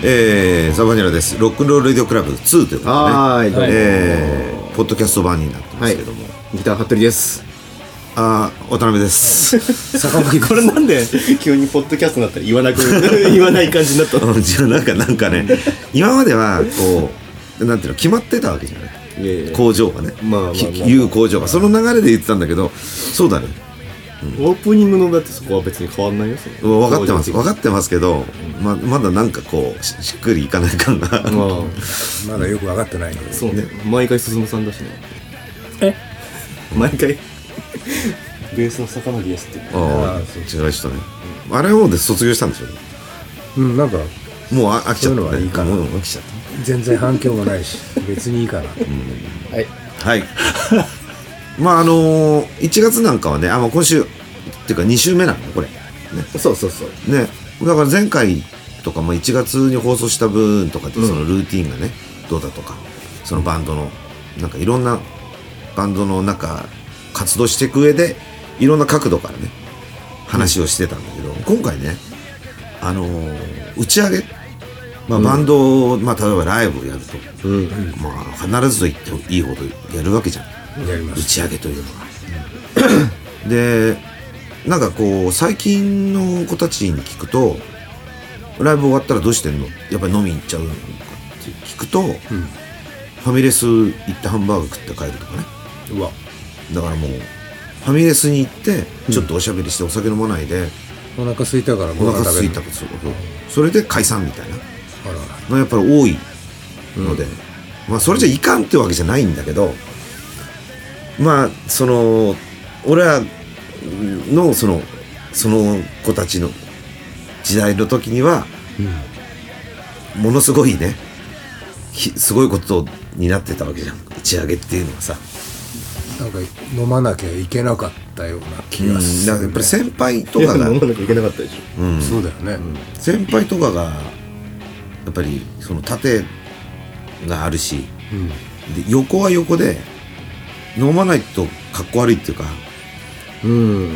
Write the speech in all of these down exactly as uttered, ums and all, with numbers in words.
えー、ザバニラです。ロックンロールレディオクラブツーということでね、 はい、 えー、ポッドキャスト版になってますけども、 はい、ギター服部です。 あー、渡辺です坂本これなんで急にポッドキャストになったら言わなく言わない感じになったのじゃあなんかなんかね今まではこうなんていうの決まってたわけじゃない、いやいや工場がね、まあまあまあ、いう工場がその流れで言ってたんだけど、そうだね、 うん、オープニングのだってそこは別に変わんないよ。 分かってます分かってますけど、うん、ま, まだなんかこう し, しっくりいかない感が、まあ、 まだよく分かってないので、 そうね、毎回進さんだしね。え毎回ベースの坂巻ですって。 ああ、違う人ね、うん、あれをで卒業したんでしょ。 うん、なんかもう飽きちゃったね。 そういうのはいいかな、 もう飽きちゃった。 全然反響もないし別にいいかな、うん、 はいはいまああのー、いちがつなんかはね、あ、まあ、今週っていうかに週目なんだこれ、ね、 そうそうそうね、だから前回とかもいちがつに放送した分とかってそのルーティーンがね、うん、どうだとか、そのバンドのなんかいろんなバンドの中活動していく上でいろんな角度からね話をしてたんだけど、うん、今回ね、あのー、打ち上げ、まあ、バンドを、うん、まあ、例えばライブをやると、うん、まあ、必ずと言っていいほどやるわけじゃん、 やります。 打ち上げというのが、うん、でなんかこう最近の子たちに聞くと、ライブ終わったらどうしてんの、やっぱり飲みに行っちゃうのかって聞くと、うん、ファミレス行ってハンバーグ食って帰るとかね。 うわ、 だからもうファミレスに行ってちょっとおしゃべりしてお酒飲まないで、 うん、お腹空いたからお腹空いたからそう、それで解散みたいなのやっぱり多いので、うん、まあそれじゃいかんってわけじゃないんだけど、まあその俺らのそのその子たちの時代の時には、うん、ものすごいねすごいことになってたわけじゃん、打ち上げっていうのはさ。 なんか飲まなきゃいけなかったような気がする、ね、 うん、やっぱり先輩とかが飲まなきゃいけなかったでしょ、 うん、そうだよね、 うん、先輩とかがやっぱりその盾があるし、うん、で横は横で飲まないとかっこ悪いっていうか、うん、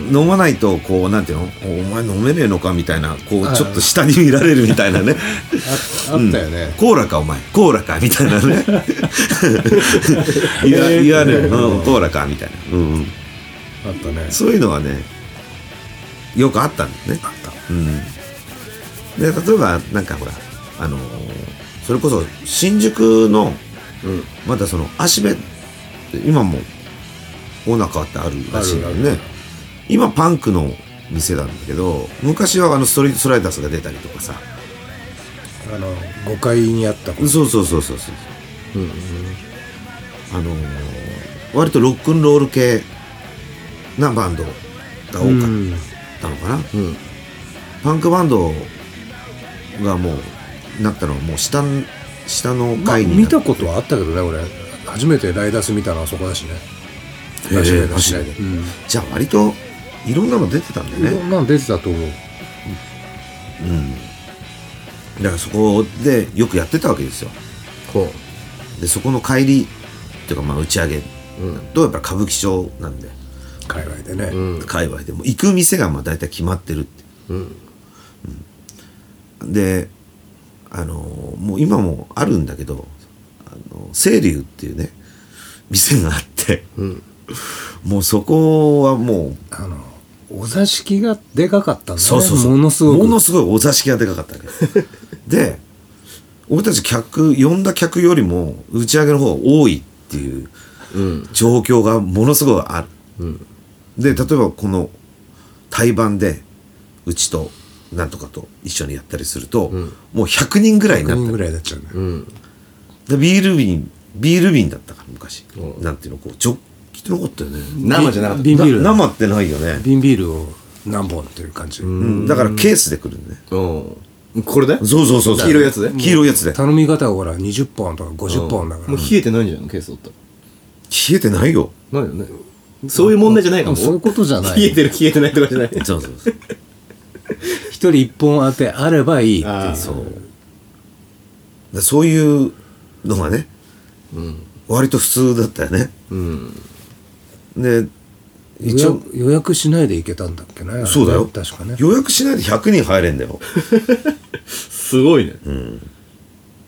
飲まないとこうなんていうの、お前飲めねえのかみたいな、こうちょっと下に見られるみたいなねあ, あったよね、うん、 コーラかお前コーラかみたいなね言わ言われる、うん、コーラかみたいな、うんうん、 あったね。 そういうのはねよくあったんだよね。 あった、 うん、で例えばなんかほらあのー、それこそ新宿の、うん、まだその足部今もオーナー変わってあるらしいんだよね。今パンクの店なんだけど、昔はあのストリートスライダースが出たりとかさ、 あのごかいにあったこと、 そうそうそうそうそう、うんうん、あのー、割とロックンロール系なバンドが多かったのかな、うん、パンクバンドがもうなったのはもう下下の階に、 まあ、見たことはあったけどね、俺初めてライダース見たのはそこだしね。 えー、走りで、うん、じゃあ割といろんなの出てたんだよね。 いろんなの出てたと思う、うん、 だからそこでよくやってたわけですよ。 ほうでそこの帰りっていうかまあ打ち上げ、うん、とやっぱり歌舞伎町なんで界隈でね、 うん、界隈でも行く店がまあ大体決まってるって、うんうん、であのもう今もあるんだけど、あの清流っていうね店があって、うん、もうそこはもうあのお座敷がでかかったんだね。 そうそうそう、 ものすごくものすごいお座敷がでかかったわけで俺たち客呼んだ客よりも打ち上げの方が多いっていう状況がものすごいある、うん、で例えばこの対バンでうちとなんとかと一緒にやったりすると、うん、もうひゃくにんぐらいになった。 ひゃくにんぐらいになっちゃうね、うん、 でビール瓶ビール瓶だったから昔、うん、なんていうのこうジョッキってなかったよね。 生じゃなかった。 瓶ビール生ってないよね。 瓶ビールを何本っていう感じ、 うん、だからケースで来るね。 うん、これでそうそうそうそう、 黄色いやつで黄色いやつで頼み方がほらにじゅっぽんとかごじゅっぽんだから、 もう冷えてないんじゃないのケースだったら。 冷えてないよ。 ないよね。そういう問題じゃないかも。 そういうことじゃない。 冷えてる冷えてないとかじゃない。 そうそうそう一人一本当てあればいいっていう。 そうそういうのがね、うん、割と普通だったよね、うん、で一応予約しないで行けたんだっけね。 そうだよ、 確かね。 予約しないでひゃくにん入れんだよすごいね、 うん、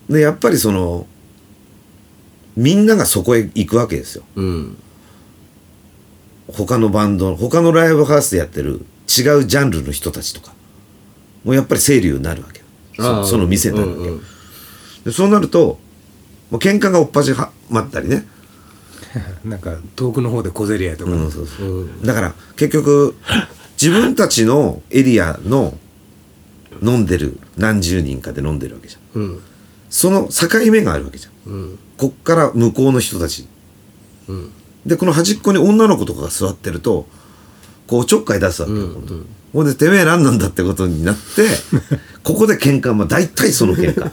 でやっぱりそのみんながそこへ行くわけですよ、 うん、 他のバンド他のライブハウスでやってる違うジャンルの人たちとかもうやっぱり清流になるわけよ、そ, その店になるわけ、うんうん、でそうなるともう喧嘩がおっぱじはまったりねなんか遠くの方で小競り合いとか、うん、そうそう、 うん、だから結局自分たちのエリアの飲んでる何十人かで飲んでるわけじゃん、うん、その境目があるわけじゃん、うん、こっから向こうの人たち、うん、でこの端っこに女の子とかが座ってるとこうちょっかい出すわけよ、うんうん、ほんでてめえ何なんだってことになってここで喧嘩、まあ大体その喧嘩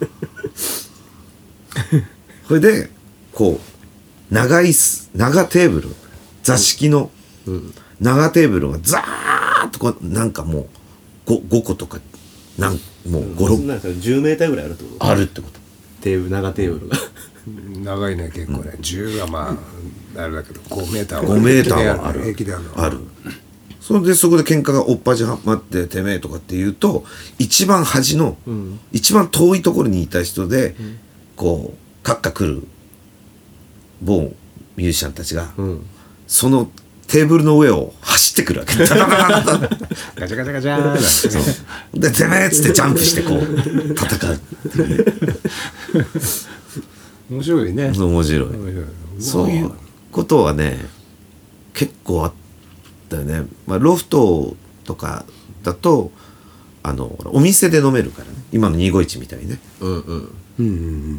それでこう長い長テーブル座敷の長テーブルがザーッとこうなんかもう 5, 5個とかなんもうごろくじゅうメーターぐらいあるってことあるってことテーブル長テーブルが長いね結構ね、うん、じゅうはまああれだけどごメーターはごメーターはある平気であるあるそれでそこで喧嘩がおっぱじはまっててめえとかっていうと一番端の、うん、一番遠いところにいた人で、うん、こうカッカ来る某ミュージシャンたちが、うん、そのテーブルの上を走ってくるわけガチャガチャガチャーでてめえっつってジャンプしてこう戦う面白いね面白いそういうことはね結構あったよね、まあ、ロフトとかだとあのお店で飲めるからね今のにごいちみたいにね、うんうんうん、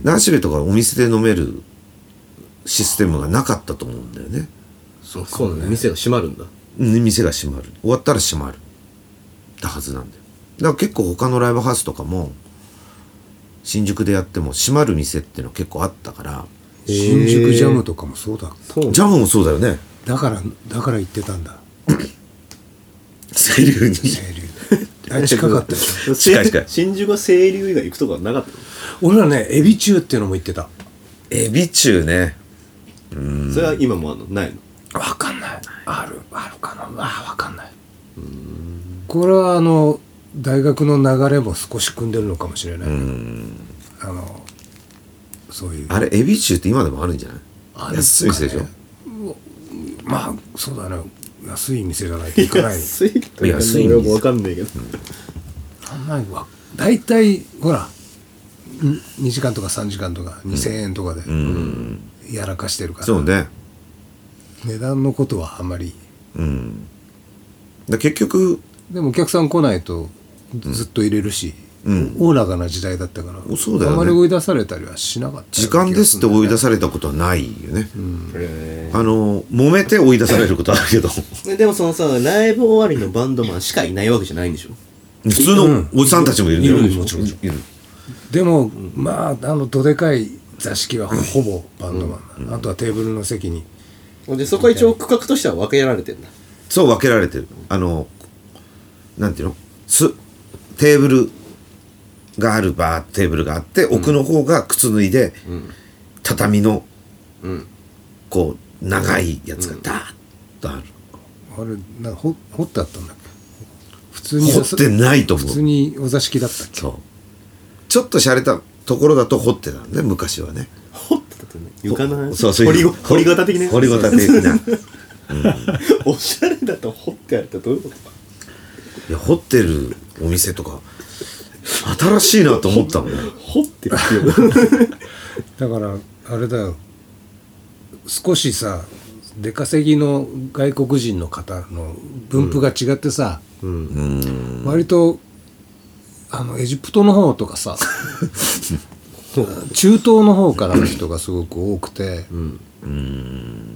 ナーシュベとかお店で飲めるシステムがなかったと思うんだよね。 そうそうね。店が閉まるんだ。 店が閉まる。終わったら閉まる。だはずなんだよ。だから結構他のライブハウスとかも新宿でやっても閉まる店っていうの結構あったから。 新宿ジャムとかもそうだ。 ジャムもそうだよね。 だからだから行ってたんだ。 清流に。清流。近かったでしょ。 近い近い。 新宿は清流以外行くとこはなかったの？ 俺らねエビ中っていうのも行ってた。 エビ中ね。 それは今もあるのないの？ 分かんない。あるあるかな。あ分かんない。うーんこれはあの大学の流れも少し組んでるのかもしれない。うーんあのそういうあれエビ中って今でもあるんじゃない？ あ安い店でしょ？ まあそうだね。安い店じゃないといかない。 安いというか安いの分かんないけど。 あんないわ。大体ほらにじかんとかさんじかんとかにせんえんとかで。うんうんやらかしてるからそうね値段のことはあんまり、 うん、だ結局でもお客さん来ないとずっと入れるし、うん、おおらかな時代だったからそうだよね、 あまり追い出されたりはしなかった、ね、 時間ですって追い出されたことはないよね、うん、あの揉めて追い出されることはあるけどでもそのさライブ終わりのバンドマンしかいないわけじゃないんでしょ普通のおじさんたちもいるんだよ、 いるもちろんいるでも、うん、まああのどでかい座敷はほぼバンドマン、うん、あとはテーブルの席にでそこは一応区画としては分けられてるんだそう分けられてるあのなんていうのすテーブルがあるバーテーブルがあって、うん、奥の方が靴脱いで、うん、畳の、うん、こう長いやつがダーッとある、 うん、あれなほ掘ってあったんだっけ普通に掘ってないと思う普通にお座敷だったっけそうちょっと洒落たところだと掘ってたんで昔はね掘ってたってね床の話そうそういう掘りごた的な掘りごた的な、うん、 おしゃれだと掘ってあるってどういうことかいや掘ってるお店とか新しいなと思ったもんね掘ってるってだからあれだよ少しさ出稼ぎの外国人の方の分布が違ってさ、うんうん、割とあのエジプトの方とかさ中東の方からの人がすごく多くて、うん、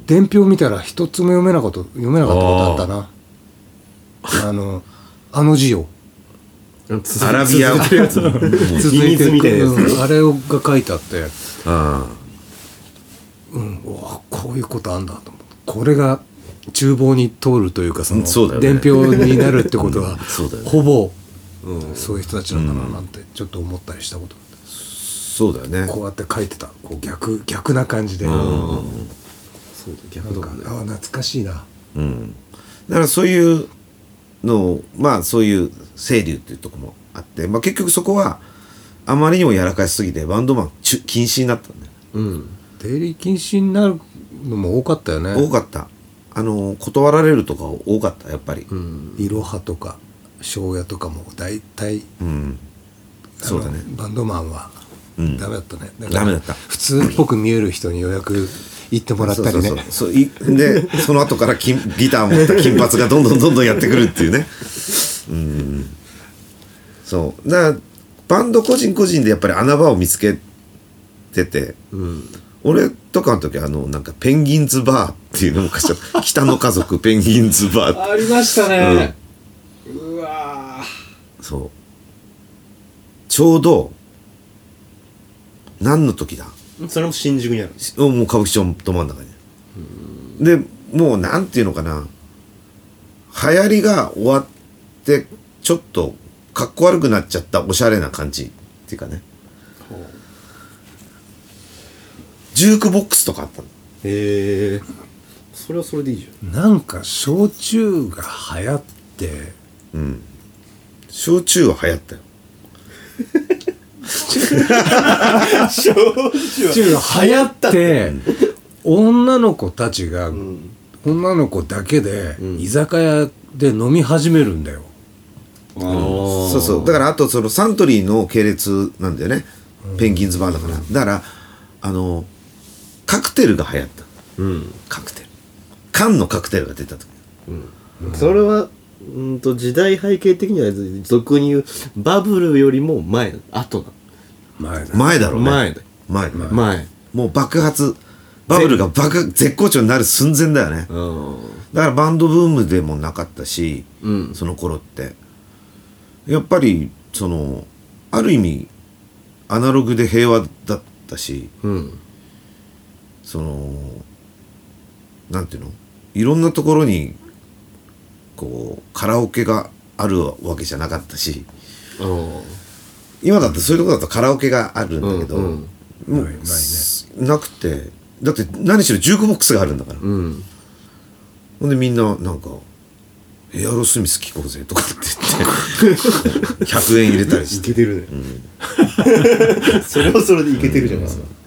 伝票見たら一つも読めなかった読めなかったことあったなあのあの字をアラビア続いてくる、うん、あれが書いてあってあ、うん、うわこういうことあんだと思ってこれが厨房に通るというかその伝票になるってことは、うんね、ほぼうん、そういう人たちなんだななんてちょっと思ったりしたこと、うん、 そうだよねこうやって書いてたこう 逆, 逆な感じで、うん、 そうだ逆だもんねあ懐かしいな、 うん、だからそういうのをまあそういう清流っていうところもあって、まあ、結局そこはあまりにもやらかしすぎてバンドマン禁止になったんだよ、 うん、出入り禁止になるのも多かったよね。 多かった。あの断られるとか多かったやっぱり、 うん、いろはとか庄屋とかも大体、 うん、そうだね、 バンドマンはダメだったね、 うん、ダメだった。普通っぽく見える人に予約行ってもらったりね。 そうそうそうそういでその後から金ギター持った金髪がどんどんどんどんやってくるっていうねうん、そうだからバンド個人個人でやっぱり穴場を見つけてて、うん、俺とかの時あのなんかペンギンズバーっていうのも北の家族ペンギンズバーありましたね、うん、うわそうちょうど何の時だ、 それも新宿にある、 もう歌舞伎町ど真ん中に、うん、でもうなんていうのかな、流行りが終わってちょっとかっこ悪くなっちゃったおしゃれな感じっていうかね、ジュークボックスとかあったの。 へえ、それはそれでいいじゃん。 なんか焼酎が流行って、 うん、焼酎は流行ったよ焼酎が流行って、うん、女の子たちが、うん、女の子だけで、うん、居酒屋で飲み始めるんだよ。 あ、そうそう、だからあとそのサントリーの系列なんだよね、うん、ペンギンズバーだから、だからあのカクテルが流行った、うん、カクテル缶のカクテルが出た時、 うんうん、それはうんと時代背景的には俗に言うバブルよりも前の後の前だ前だろうね前だ前前前もう爆発バブルが爆絶好調になる寸前だよね。だからバンドブームでもなかったし、うん、その頃ってやっぱりそのある意味アナログで平和だったし、うん、そのなんていうの、いろんなところにこうカラオケがあるわけじゃなかったし、今だってそういうところだとカラオケがあるんだけど、うんうん、もうないね、なくて、だって何しろジュークボックスがあるんだから、うん、ほんでみんななんかエアロスミス聴こうぜとかって言ってひゃくえん入れたりしていけてるね、うん、それはそれでいけてるじゃないですか、うん、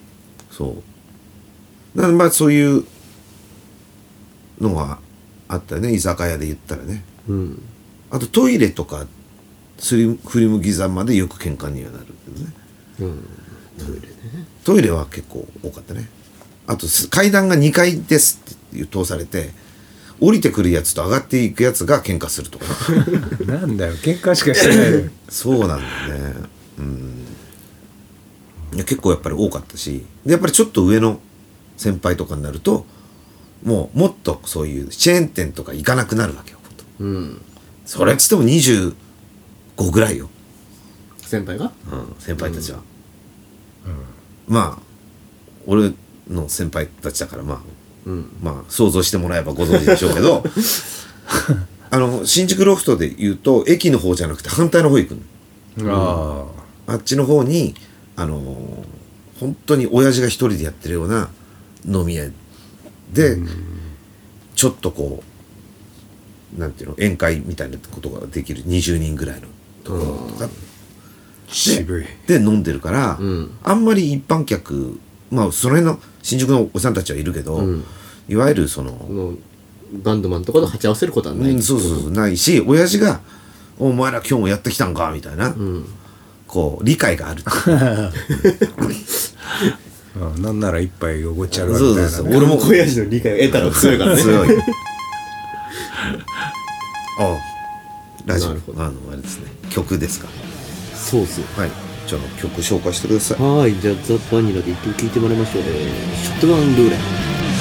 そうだからまあそういうのがあったよね、居酒屋で言ったらね、うん、あとトイレとかスリ振り向きざまでよく喧嘩にはなるけどね、うん、トイレね、トイレは結構多かったね。あと階段がにかいですって通されて降りてくるやつと上がっていくやつが喧嘩するとかなんだよ、喧嘩しかしてないよそうなんだね、うん、いや結構やっぱり多かったし、でやっぱりちょっと上の先輩とかになるともうもっとそういうチェーン店とか行かなくなるわけよ、うん、それっつってもにじゅうごぐらいよ、 先輩が、 うん、先輩たちは、うん、まあ俺の先輩たちだからまあ、うん、まあ想像してもらえばご存知でしょうけどあの新宿ロフトで言うと駅の方じゃなくて反対の方行くの、あ, あっちの方にあのー、本当に親父が一人でやってるような飲み屋で、うん、ちょっとこうなんていうの、宴会みたいなことができるにじゅうにんぐらいのところとか、うん、 渋いで飲んでるから、うん、あんまり一般客、まあその辺の新宿のおじさんたちはいるけど、うん、いわゆるそのバンドマンとかと鉢合わせることはない、 うん、そうそうそうないし、親父がお前ら今日もやってきたんかみたいな、うん、こう理解があるうん、なんなら一杯おごっちゃうみたいな、ね、そうそうそう、 俺も親父の理解を得たら強いからね強いああラジオ、あのあれですね、曲ですか。 そうそう、 はい、じゃあ曲紹介してください。 はい、じゃあザ・バニラで一曲聴いてもらいましょう。えー、ショットガンルーレット。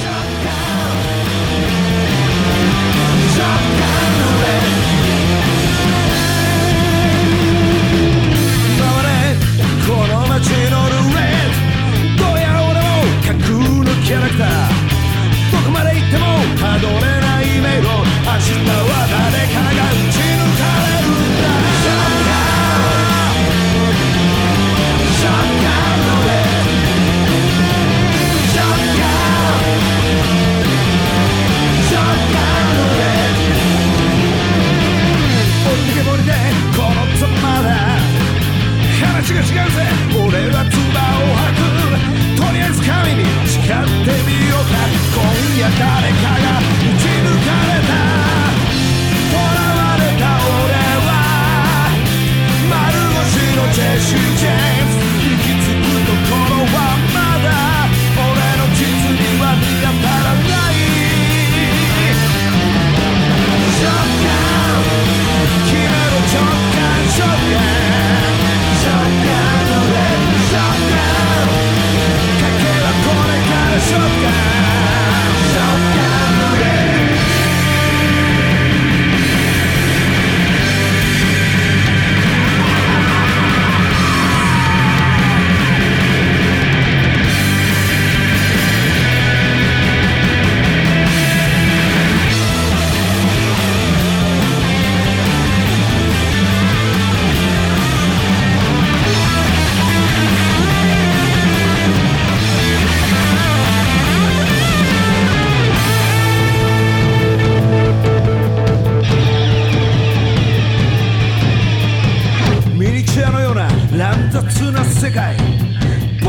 キャラクターどこまで行ってもたどれない迷路、明日は誰かが打ち抜かれるんだ。ショットガンショットガンの上ショットガン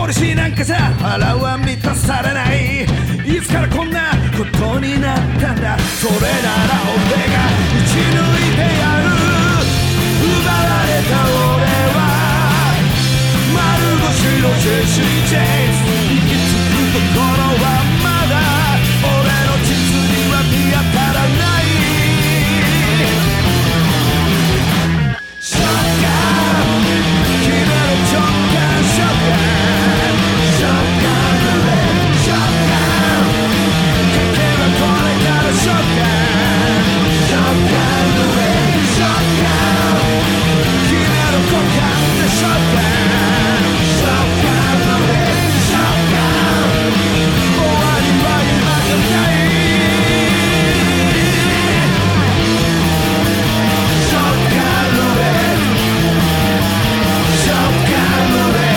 りしなんかじゃ腹は満たされない。いつからこんなことになったんだ。それなら俺が打ち抜いてやる。奪われた俺は丸腰のジェシー・ジェイス。行き着くところはまだ俺の実には見当たらない。ショッカー決めろ直感ショッカーショッカールレショッカー書けばこれからショッカーショッカールレショッカー決めろ股間でショッカーショッカールレショッカー終わりは今じゃない。ショッカールレショッカールレ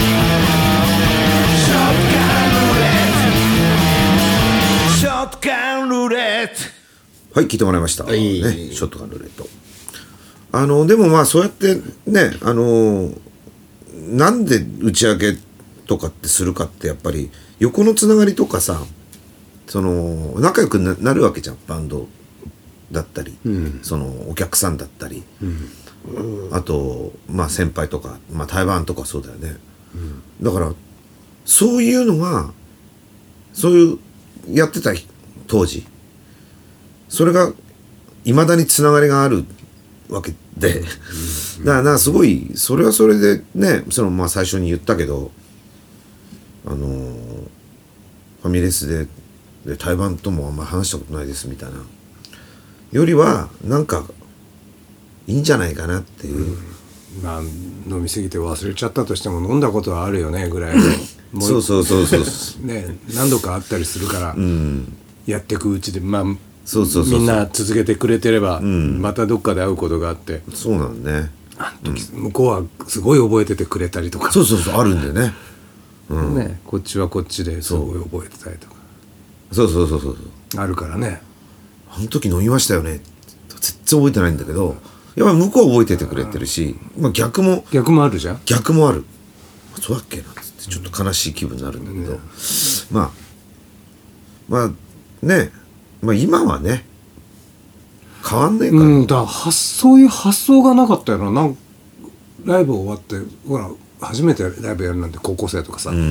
ショッカールレショッカールレはい聞いてもらいました、 いね、ショットガンルレット。あのでもまあそうやってねあのなんで打ち上げとかってするかってやっぱり横のつながりとかさその仲良く な, なるわけじゃんバンドだったり、うん、そのお客さんだったり、うん、あとまあ先輩とか、まあ、台湾とかそうだよね、うん、だからそういうのがそういうやってた当時それがいまだにつながりがあるわけで、うん、だからなすごいそれはそれでねそのまあ最初に言ったけどあのー、ファミレスでで台湾ともあんまり話したことないですみたいなよりはなんかいいんじゃないかなっていう、 うん、まあ飲み過ぎて忘れちゃったとしても飲んだことはあるよねぐらいのそうそうそうそうね何度かあったりするから、うん、やっていくうちでまあそうそうそうそうみんな続けてくれてれば、うん、またどっかで会うことがあってそうなんねあの時、うん、向こうはすごい覚えててくれたりとかそうそうそうあるんだよね、 うん、ねこっちはこっちですごい覚えてたりとかそうそうそうそうあるからねあの時飲みましたよね全然覚えてないんだけどやっぱり向こうは覚えててくれてるし、まあ、逆も逆もあるじゃん逆もあるそうだっけなってちょっと悲しい気分になるんだけど、うん、まあまあねまあ今はね変わんねえから、 うん、だから発そういう発想がなかったよななんライブ終わってほら初めてライブやるなんて高校生とかさ、うん、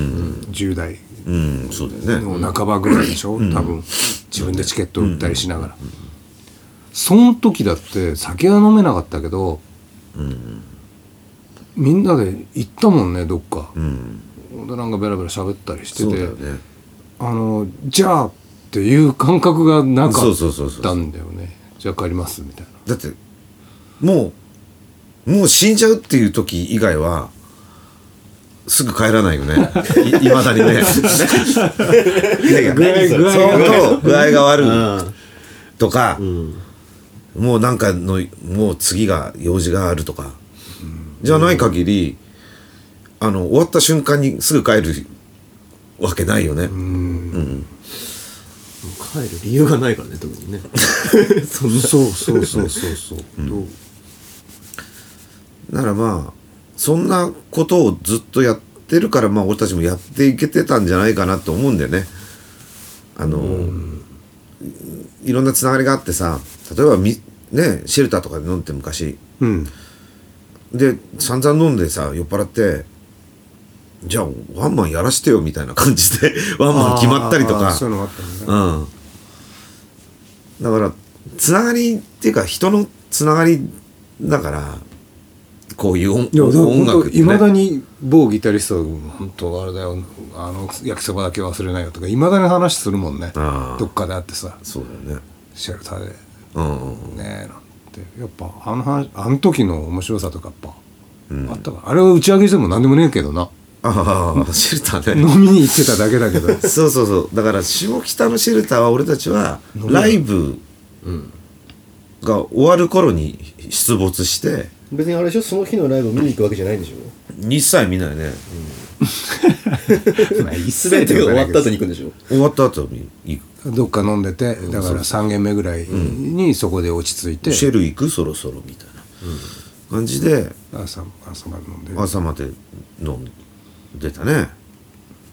じゅう代うんそうだよねの半ばぐらいでしょ、うん、多分自分でチケット売ったりしながら、うんうん、その時だって酒は飲めなかったけど、うん、みんなで行ったもんねどっか、うん、でなんかベラベラ喋ったりしてて、ね、あのじゃあっていう感覚がなかったんだよね。じゃあ帰りますみたいな。 だってもうもう死んじゃうっていう時以外はすぐ帰らないよね い, いまだにねいやいや具合具合相当具合が悪いとか、うん、もうなんかのもう次が用事があるとか、うん、じゃない限りあの終わった瞬間にすぐ帰るわけないよね、うんうん、 帰る理由がないからね特にねそんなそうそうそうそうそう、うん、 ならまあそんなことをずっとやってるからまあ俺たちもやっていけてたんじゃないかなと思うんだよね。あの、うん、いろんなつながりがあってさ例えばみねシェルターとかで飲んで昔、うん、で散々飲んでさ酔っ払ってじゃあワンマンやらしてよみたいな感じでワンマン決まったりとかそういうのがあったんだね、 うん、だからつながりっていうか人のつながりだからこういう音楽ってねいまだに某ギタリストが本当あれだよあの焼きそばだけ忘れないよとかいまだに話するもんねどっかであってさそうだよねシェルターで、うんうん、ねえなんてやっぱあの話あの時の面白さとかやっぱ、うん、あったからあれは打ち上げしても何でもねえけどなああシェルターね飲みに行ってただけだけどそうそうそうだから下北のシェルターは俺たちはライブが終わる頃に出没して別にあれでしょその日のライブを見に行くわけじゃないんでしょ一切見ないね、 うん、全てが終わった後に行くんでしょ終わった後に行くどっか飲んでてだからさん軒目ぐらいにそこで落ち着いて、うん、 シェル行くそろそろみたいな感じで、 うん、朝, 朝まで飲んで朝まで飲んでたね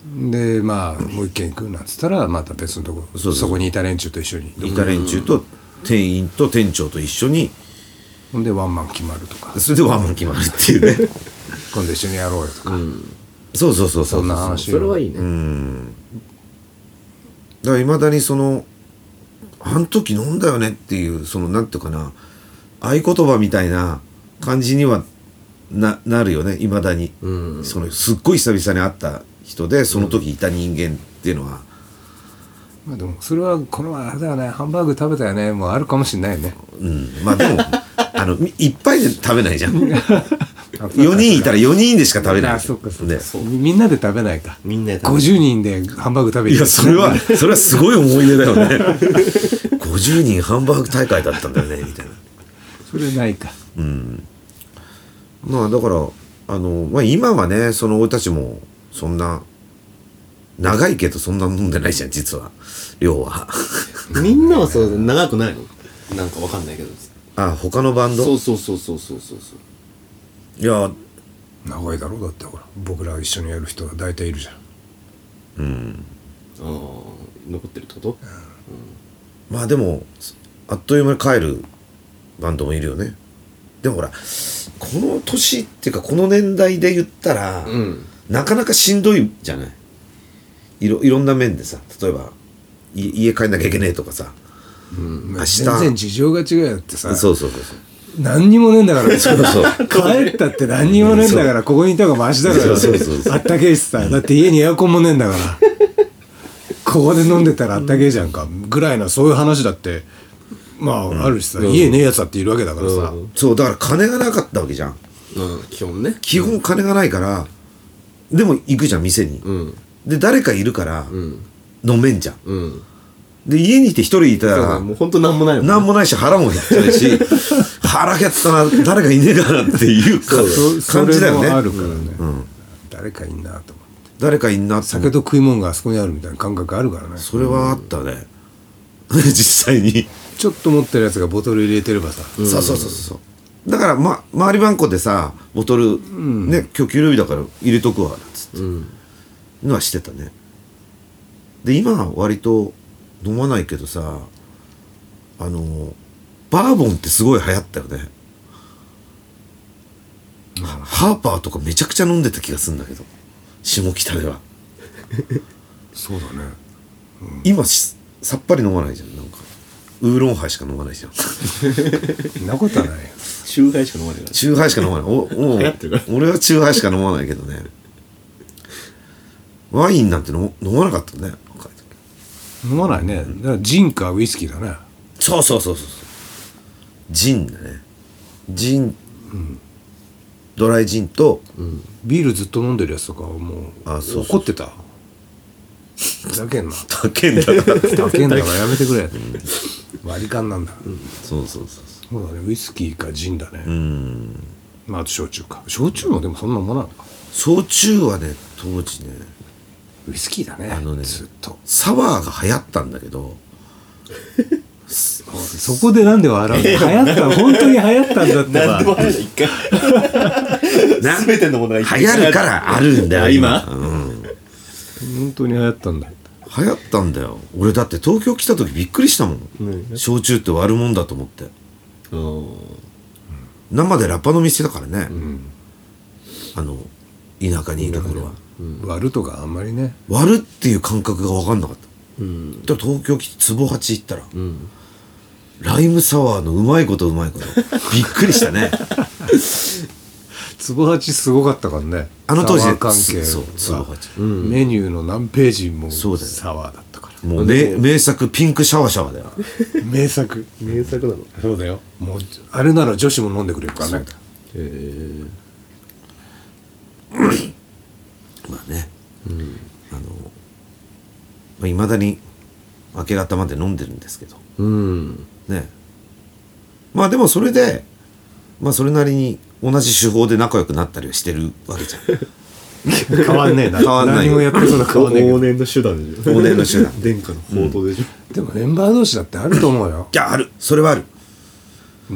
でまあもう一軒行くなんつったらまた別のとこ そ, そこにいた連中と一緒にいた連中と店員と店長と一緒にほんでワンマン決まるとかそれでワンマン決まるっていうね今度一緒にやろうよとか、うん、 そうそうそうそうそんな話それはいいね。 うんだからいまだにそのあん時飲んだよねっていうそのなんていうかな合言葉みたいな感じには な, なるよねいまだに、うん、そのすっごい久々に会った人でその時いた人間っていうのは、 うん、まあでもそれはこの前あれだよねハンバーグ食べたよねもうあるかもしれないよね、 うん、まあでもあのいっぱいで食べないじゃんよにんいたらよにんでしか食べない。あ、そうかそうか、ね、 みんなで食べないか。みんなで食べない。ごじゅうにんでハンバーグ食べる。 いやそれはそれはすごい思い出だよねごじゅうにんハンバーグ大会だったんだよねみたいな。 それないか。 うん。まあだからあの、まあ、今はねその俺たちもそんな長いけどそんな飲んでないじゃん実は量はみんなはそう長くないのなんかわかんないけど。 あ他のバンドそうそうそうそうそうそういや長いだろうだってほら僕ら一緒にやる人が大体いるじゃん。うんああ残ってるってこと、うんうん、まあでもあっという間に帰るバンドもいるよね。でもほらこの年っていうかこの年代で言ったら、うん、なかなかしんどいじゃない。いろいろんな面でさ例えば家帰んなきゃいけねえとかさ、 うん、明日全然事情が違うよってさそうそうそうそう何にもねえんだからそうそう帰ったって何にもねえんだからここにいた方がマシだからそうそうそうあったけえしさだって家にエアコンもねえんだからここで飲んでたらあったけえじゃんかぐらいのそういう話だってまあ、うん、あるしさ、うん、家ねえやつだっているわけだからさ、うん、 そうだから金がなかったわけじゃん、 うん、基本ね基本金がないからでも行くじゃん店に、うん、で誰かいるから、うん、飲めんじゃん、うんで家にいて一人いたらもう本当なんもないもん、 ね、なんもないし腹も減っちゃうし腹減ったな誰かいねえかなっていう感じだよね。 あるからね、うん、誰かいんなと思って誰かいんなって酒と食い物があそこにあるみたいな感覚あるからね。 それはあったね、うん、実際にちょっと持ってるやつがボトル入れてればさ、 うん、そうそうそうそうだからま周り番号でさボトル、うん、ね今日給料日だから入れとくわなんつって、うん、のはしてたね。で今は割と飲まないけどさあのバーボンってすごい流行ったよね、うん、ハーパーとかめちゃくちゃ飲んでた気がするんだけど下北ではそうだね、 うん、今さっぱり飲まないじゃんなんかウーロンハイしか飲まないじゃんそんなことはないよチューハイしか飲まないからチューハイしか飲まないおお流行ってるから俺はチューハイしか飲まないけどねワインなんて飲まなかったね。 飲まないね。だからジンかウイスキーだね。 そうそうそうそうジンだね。ジン、うん、ドライジンと、 うん、ビールずっと飲んでるやつとかはもうあそうそう怒ってた。だけんな。 だけんだから。 だけんだからやめてくれ。割り勘なんだ、うん。 そうそうそうそうだね。ウイスキーかジンだね。うん。まああと焼酎か。焼酎もでもそんなもんなのか。 焼酎はね当時ね。 ウイスキーだね。 あのねずっとサワーが流行ったんだけどそこでなんで笑うの。流行った本当に流行ったんだってば何でも流行る一回全てのものが流行るからあるんだよ今、 うん、 本当に流行ったんだ流行ったんだよ。俺だって東京来た時びっくりしたもん、うん、焼酎って割るもんだと思って、うん、生でラッパ飲みしてたからね、うん、あの田舎にいた頃は、 うん、割るとかあんまりね割るっていう感覚が分かんなかった、うん、で東京来て壺八行ったら、うん、ライムサワーのうまいことうまいことびっくりしたね壺八すごかったからねあの当時サワー関係そう壺八、 うん、メニューの何ページもサワーだったからもう名, 名作ピンクシャワシャワだよ名作名作なのそうだよもうあれなら女子も飲んでくれるからねへえまあね、うん、あのまあ、未だに明け方まで飲んでるんですけど、うん、ねまあでもそれでまあそれなりに同じ手法で仲良くなったりはしてるわけじゃん変わんねえな変わんない何もやってそうな変わんねえ往年の手段でしょ往年の手段殿下の宝刀でしょ、 うん、でもメンバー同士だってあると思うよいやあるそれはある、うん、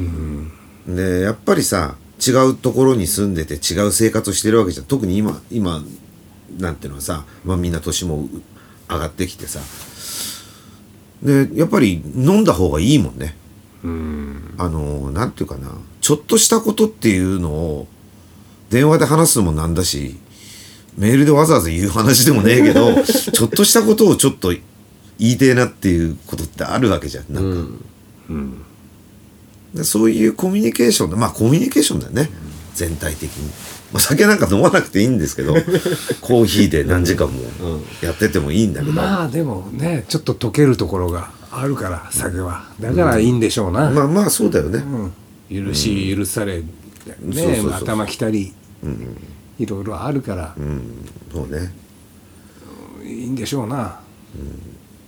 でやっぱりさ違うところに住んでて違う生活をしてるわけじゃん特に今今なんていうのはさ、まあ、みんな年も上がってきてさ、でやっぱり飲んだ方がいいもんね。うんあのなんていうかな、ちょっとしたことっていうのを電話で話すのもなんだし、メールでわざわざ言う話でもねえけどちょっとしたことをちょっと言いてえなっていうことってあるわけじゃん。なんか、うんうん、でそういうコミュニケーションで、まあコミュニケーションだよね、うん、全体的に。まあ、酒なんか飲まなくていいんですけどコーヒーで何時間もやっててもいいんだけど、 まあでもねちょっと溶けるところがあるから酒はだからいいんでしょうな、 うん、まあまあそうだよね、 うん、許し許され、ね、うん、そうそうそうそう、頭きたり、うん、いろいろあるから、うん、 そうね、 いいんでしょうな、うん、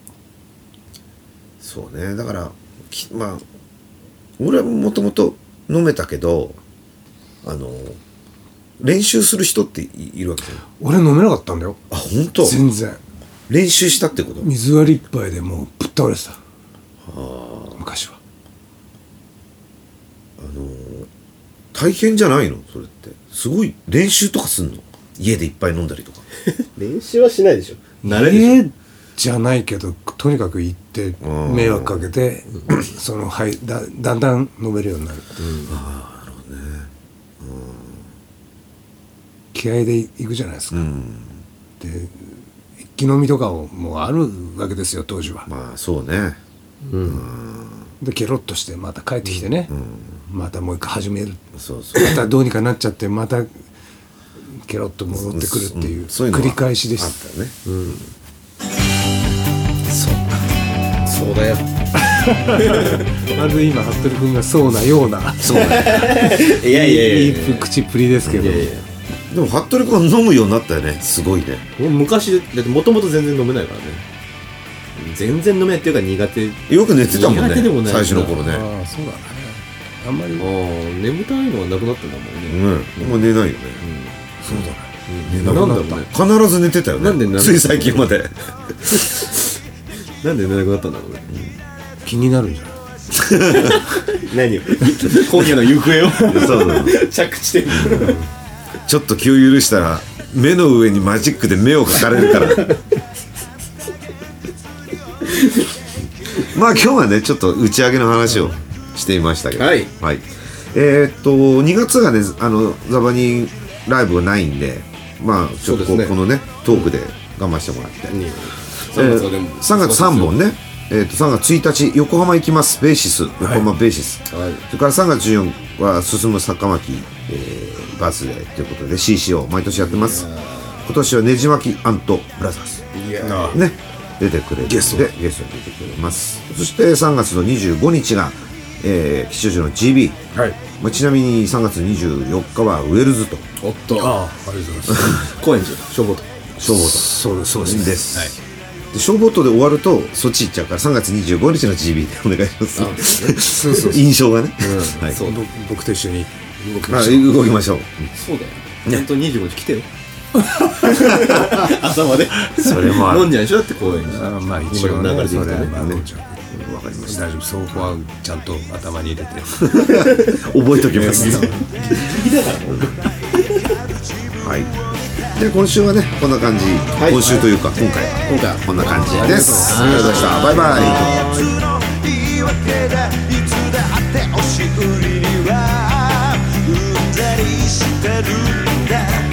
そうね。だからまあ俺はもともと飲めたけど、あの練習する人っているわけじゃん。 俺飲めなかったんだよ。 あ、本当？ 全然練習したってこと？ 水割り一杯でもうぶっ倒れてた。はあ、昔はあのー、大変じゃないのそれって。すごい練習とかすんの？家でいっぱい飲んだりとか練習はしないでしょ。 慣れでしょ。家じゃないけどとにかく行って迷惑かけてその、はい、だ, だんだん飲めるようになる、うん、ああなるほどね、うん、気合で行くじゃないですか、うん、で一気飲みとかもあるわけですよ当時は。 まあそうね、 うん、でケロッとしてまた帰ってきてね、うん、またもう一回始める。そうそう、またどうにかなっちゃってまたケロッと戻ってくるっていう繰り返しでした。あったね、うん、そうかそうだよまず今服部君がそうなようなそうだいやいやいやいやいい口っぷりですけど、いやいやでも服部君は飲むようになったよね。すごいね。 昔だってもともと全然飲めないからね。全然飲めないっていうか苦手。 よく寝てたもんね。苦手でもない最初の頃ね。 ああそうだね。あんまりああ眠たいのはなくなったんだもんね。うん、もう寝ないよね、うん、 そうだね、 うん、寝なくなったね。必ず寝てたよね。なんでつい最近までなんで寝なくなったんだろうね、 うん、気になるんじゃない何を今夜の行方をそうそう着地点ちょっと気を許したら目の上にマジックで目を描かれるからまあ今日はねちょっと打ち上げの話をしていましたけど、はい、はい、えー、っとにがつがねあのザバニーライブがないんで、まあちょっと こ,、ね、このねトークで我慢してもらって、うんえー、さんがつさんぼんね、えー、とさんがつついたち横浜行きますベーシス横浜ベーシス、はい、それからさんがつじゅうよっかは進む坂巻、えー、バースデーということで シーシー を毎年やってます。今年はねじ巻き&ブラザーズね出てくれるゲストでゲストに出てくれます。そしてさんがつのにじゅうごにちが、えー、吉祥寺の ジービー、はいまあ、ちなみにさんがつにじゅうよっかはウェルズとおっとああありがとうございます高円寺消防と消防とそうですそうです、 です、はい、で消防とで終わるとそっち行っちゃうからさんがつにじゅうごにちの ジービー でお願いします。そうそうそう印象がね、 うんはい、そう僕と一緒に動きましょう。動きましょう。 そうだよね。本当ににじゅうごにち来てよ朝までそれもある飲んじゃうでしょだって公園にあまあ一応ね流れてきたねまあねわかりました。 大丈夫そこはちゃんと頭に入れて覚えときますはいで今週はねこんな感じ、はい、今週というか、はい、今回は今回はこんな感じです。ありがとうございました。バイバイ。